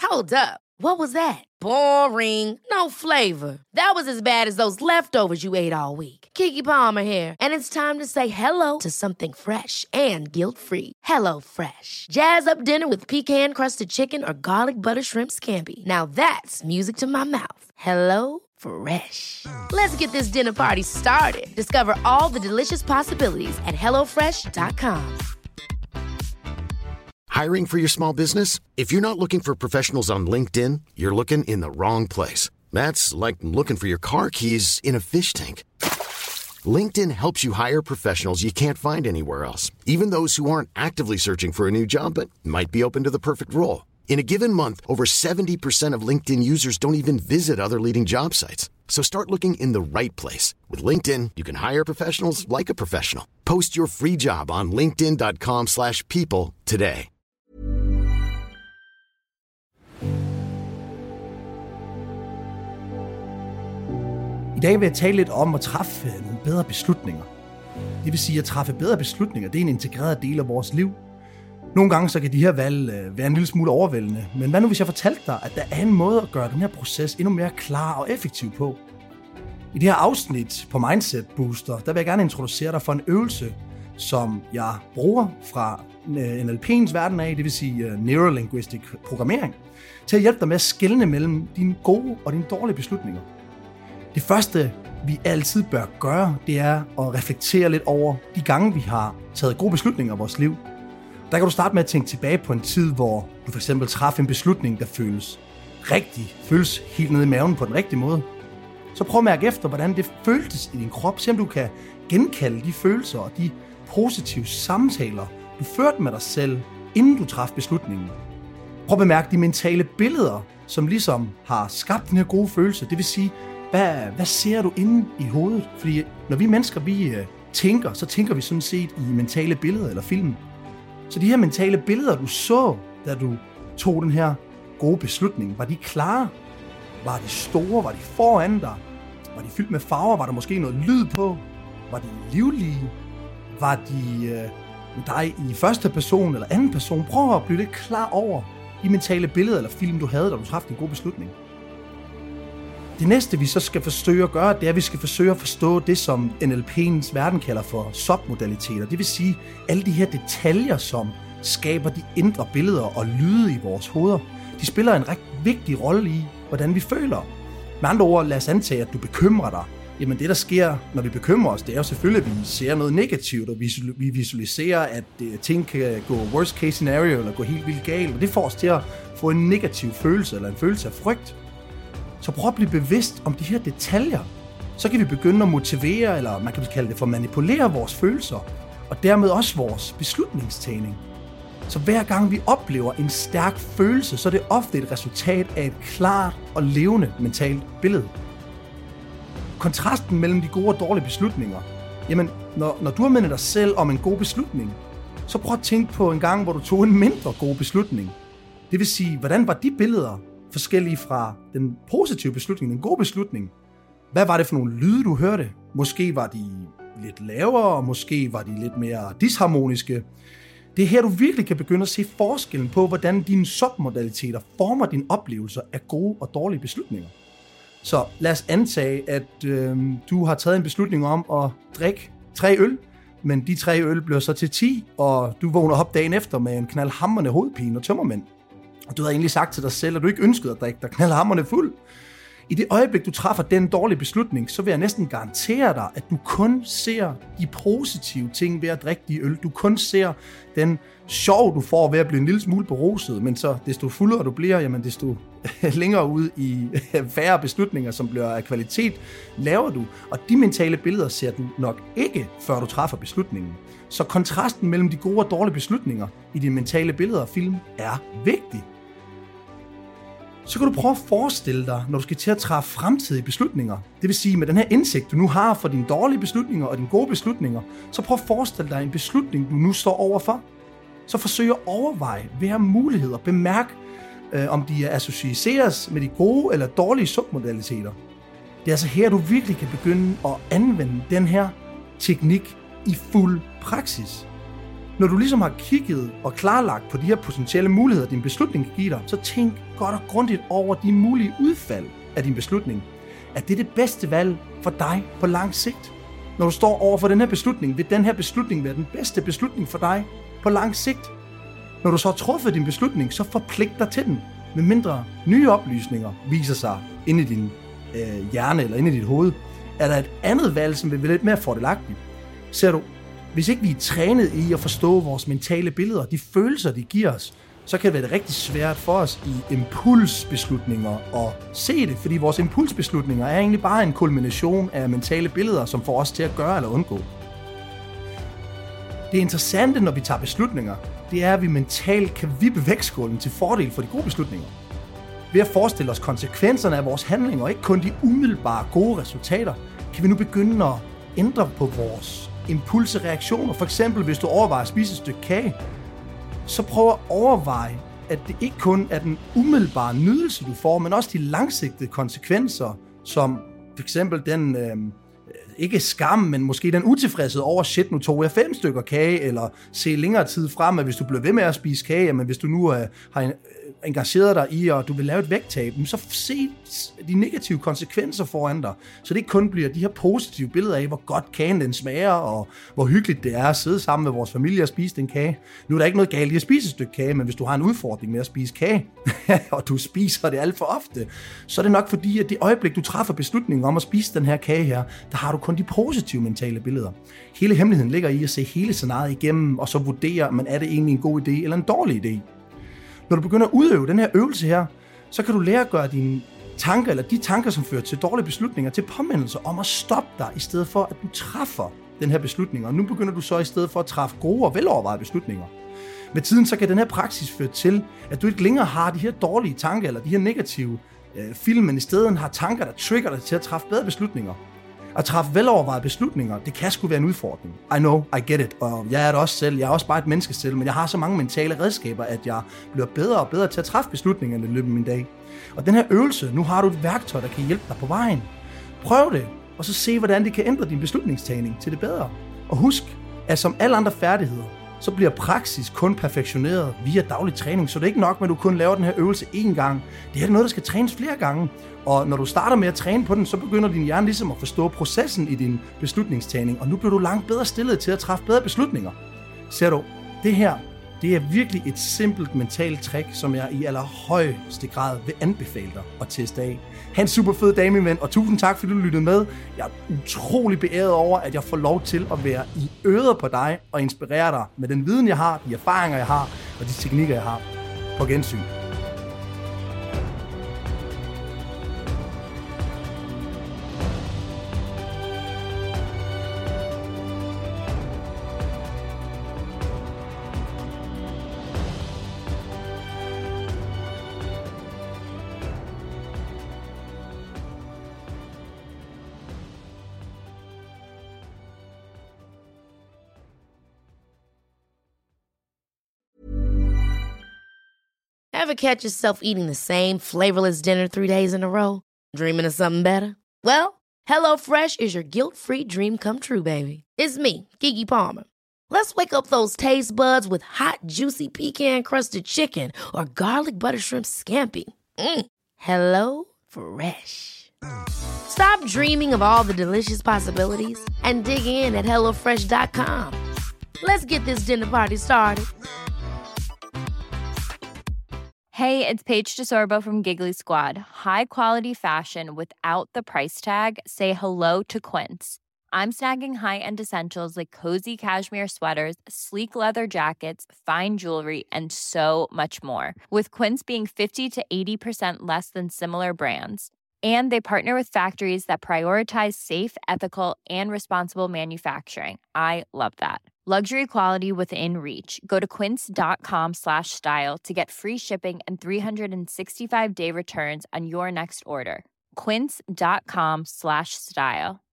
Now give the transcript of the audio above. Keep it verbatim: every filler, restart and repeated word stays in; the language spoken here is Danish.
Hold up. What was that? Boring. No flavor. That was as bad as those leftovers you ate all week. Keke Palmer here, and it's time to say hello to something fresh and guilt-free. Hello Fresh. Jazz up dinner with pecan-crusted chicken or garlic butter shrimp scampi. Now that's music to my mouth. Hello Fresh. Let's get this dinner party started. Discover all the delicious possibilities at hello fresh dot com. Hiring for your small business? If you're not looking for professionals on LinkedIn, you're looking in the wrong place. That's like looking for your car keys in a fish tank. LinkedIn helps you hire professionals you can't find anywhere else, even those who aren't actively searching for a new job but might be open to the perfect role. In a given month, over seventy percent of LinkedIn users don't even visit other leading job sites. So start looking in the right place. With LinkedIn, you can hire professionals like a professional. Post your free job on linkedin dot com slash people today. I dag vil jeg tale lidt om at træffe nogle bedre beslutninger. Det vil sige, at træffe bedre beslutninger, det er en integreret del af vores liv. Nogle gange så kan de her valg være en lille smule overvældende, men hvad nu hvis jeg fortalte dig, at der er en måde at gøre den her proces endnu mere klar og effektiv på? I det her afsnit på Mindset Booster, der vil jeg gerne introducere dig for en øvelse, som jeg bruger fra N L P'ens verden af, det vil sige Neurolinguistic programmering, til at hjælpe dig med at skelne mellem dine gode og dine dårlige beslutninger. Det første, vi altid bør gøre, det er at reflektere lidt over de gange, vi har taget gode beslutninger i vores liv. Der kan du starte med at tænke tilbage på en tid, hvor du for eksempel træffede en beslutning, der føles rigtig, føles helt nede i maven på den rigtige måde. Så prøv at mærke efter, hvordan det føltes i din krop. Se om du kan genkalde de følelser og de positive samtaler, du førte med dig selv, inden du træffede beslutningen. Prøv at bemærke de mentale billeder, som ligesom har skabt den her gode følelse. Det vil sige, hvad, hvad ser du inde i hovedet? Fordi når vi mennesker, vi øh, tænker, så tænker vi sådan set i mentale billeder eller film. Så de her mentale billeder, du så, da du tog den her gode beslutning, var de klare? Var de store? Var de foran dig? Var de fyldt med farver? Var der måske noget lyd på? Var de livlige? Var de øh, med dig i første person eller anden person? Prøv at blive lidt klar over de mentale billeder eller film, du havde, da du træffede en god beslutning. Det næste, vi så skal forsøge at gøre, det er, at vi skal forsøge at forstå det, som N L P'ens verden kalder for submodaliteter. Det vil sige, alle de her detaljer, som skaber de indre billeder og lyde i vores hoveder, de spiller en rigtig vigtig rolle i, hvordan vi føler. Med andre ord, lad os antage, at du bekymrer dig. Jamen det, der sker, når vi bekymrer os, det er jo selvfølgelig, at vi ser noget negativt, og vi visualiserer, at ting kan gå worst case scenario, eller gå helt vildt galt, og det får os til at få en negativ følelse, eller en følelse af frygt. Så prøv at blive bevidst om de her detaljer. Så kan vi begynde at motivere, eller man kan kalde det for manipulere vores følelser, og dermed også vores beslutningstagning. Så hver gang vi oplever en stærk følelse, så er det ofte et resultat af et klart og levende mentalt billede. Kontrasten mellem de gode og dårlige beslutninger. Jamen, når, når du har mindet dig selv om en god beslutning, så prøv at tænke på en gang, hvor du tog en mindre god beslutning. Det vil sige, hvordan var de billeder forskellige fra den positive beslutning, den gode beslutning? Hvad var det for nogle lyde, du hørte? Måske var de lidt lavere, måske var de lidt mere disharmoniske. Det er her, du virkelig kan begynde at se forskellen på, hvordan dine submodaliteter former dine oplevelser af gode og dårlige beslutninger. Så lad os antage, at øh, du har taget en beslutning om at drikke tre øl, men de tre øl bliver så til ti, og du vågner op dagen efter med en knaldhamrende hovedpine og tømmermænd. Og du havde egentlig sagt til dig selv, at du ikke ønskede at drikke dig knaldhamrende fuld. I det øjeblik, du træffer den dårlige beslutning, så vil jeg næsten garantere dig, at du kun ser de positive ting ved at drikke de øl. Du kun ser den sjov, du får ved at blive en lille smule beruset, men så desto fuldere du bliver, jamen desto længere ud i færre beslutninger, som bliver af kvalitet, laver du. Og de mentale billeder ser du nok ikke, før du træffer beslutningen. Så kontrasten mellem de gode og dårlige beslutninger i de mentale billeder og film er vigtig. Så kan du prøve at forestille dig, når du skal til at træffe fremtidige beslutninger. Det vil sige, med den her indsigt, du nu har for dine dårlige beslutninger og dine gode beslutninger, så prøv at forestille dig en beslutning, du nu står overfor. Så forsøg at overveje, hvilke muligheder, bemærk, øh, om de associeres med de gode eller dårlige submodaliteter. Det er altså her, du virkelig kan begynde at anvende den her teknik i fuld praksis. Når du ligesom har kigget og klarlagt på de her potentielle muligheder, din beslutning kan give dig, så tænk godt og grundigt over de mulige udfald af din beslutning. Er det det bedste valg for dig på lang sigt? Når du står over for den her beslutning, vil den her beslutning være den bedste beslutning for dig på lang sigt? Når du så har truffet din beslutning, så forpligt dig til den, medmindre nye oplysninger viser sig inde i din øh, hjerne eller inde i dit hoved. Er der et andet valg, som vil være lidt mere fordelagtigt? Ser du, hvis ikke vi er trænet i at forstå vores mentale billeder, de følelser, de giver os, så kan det være rigtig svært for os i impulsbeslutninger at se det, fordi vores impulsbeslutninger er egentlig bare en kulmination af mentale billeder, som får os til at gøre eller undgå. Det interessante, når vi tager beslutninger, det er, at vi mentalt kan vippe vægtskålen til fordel for de gode beslutninger. Ved at forestille os konsekvenserne af vores handlinger, og ikke kun de umiddelbare gode resultater, kan vi nu begynde at ændre på vores impulsereaktioner. For eksempel, hvis du overvejer at spise et stykke kage, så prøv at overveje, at det ikke kun er den umiddelbare nydelse, du får, men også de langsigtede konsekvenser, som for eksempel den, øh, ikke skam, men måske den utilfredshed over, shit, nu tog jeg fem stykker kage, eller se længere tid frem, at hvis du bliver ved med at spise kage, men hvis du nu øh, har engageret dig i, og du vil lave et vægttab, så se de negative konsekvenser foran dig, så det ikke kun bliver de her positive billeder af, hvor godt kagen den smager, og hvor hyggeligt det er at sidde sammen med vores familie og spise den kage. Nu er der ikke noget galt i at spise et stykke kage, men hvis du har en udfordring med at spise kage, og du spiser det alt for ofte, så er det nok fordi, at det øjeblik, du træffer beslutningen om at spise den her kage her, der har du kun de positive mentale billeder. Hele hemmeligheden ligger i at se hele scenariet igennem, og så vurdere, men er det egentlig en god idé eller en dårlig idé. Når du begynder at udøve den her øvelse her, så kan du lære at gøre dine tanker, eller de tanker, som fører til dårlige beslutninger, til påmindelser om at stoppe dig, i stedet for, at du træffer den her beslutning. Og nu begynder du så i stedet for at træffe gode og velovervejede beslutninger. Med tiden så kan den her praksis føre til, at du ikke længere har de her dårlige tanker, eller de her negative øh, film, men i stedet har tanker, der trigger dig til at træffe bedre beslutninger. At træffe velovervejede beslutninger, det kan sgu være en udfordring. I know, I get it, og jeg er det også selv. Jeg er også bare et menneske selv, men jeg har så mange mentale redskaber, at jeg bliver bedre og bedre til at træffe beslutninger i løbet af min dag. Og den her øvelse, nu har du et værktøj, der kan hjælpe dig på vejen. Prøv det, og så se, hvordan det kan ændre din beslutningstagning til det bedre. Og husk, at som alle andre færdigheder, så bliver praksis kun perfektioneret via daglig træning, så det er ikke nok, at du kun laver den her øvelse én gang. Det er noget, der skal trænes flere gange, og når du starter med at træne på den, så begynder din hjerne ligesom at forstå processen i din beslutningstagning, og nu bliver du langt bedre stillet til at træffe bedre beslutninger. Ser du, det her, det er virkelig et simpelt mentalt trick, som jeg i allerhøjeste grad vil anbefale dig at teste af. Ha' en super fed dag, min ven, og tusind tak, fordi du lyttede med. Jeg er utrolig beæret over, at jeg får lov til at være i øret på dig og inspirere dig med den viden, jeg har, de erfaringer, jeg har og de teknikker, jeg har. På gensyn. Ever catch yourself eating the same flavorless dinner three days in a row? Dreaming of something better? Well, HelloFresh is your guilt-free dream come true, baby. It's me, Keke Palmer. Let's wake up those taste buds with hot, juicy pecan-crusted chicken or garlic butter shrimp scampi. Mm. Hello Fresh. Stop dreaming of all the delicious possibilities and dig in at hello fresh dot com. Let's get this dinner party started. Hey, it's Paige DeSorbo from Giggly Squad. High quality fashion without the price tag. Say hello to Quince. I'm snagging high-end essentials like cozy cashmere sweaters, sleek leather jackets, fine jewelry, and so much more. With Quince being fifty to eighty percent less than similar brands. And they partner with factories that prioritize safe, ethical, and responsible manufacturing. I love that. Luxury quality within reach. Go to quince.com slash style to get free shipping and three sixty-five day returns on your next order. Quince.com slash style.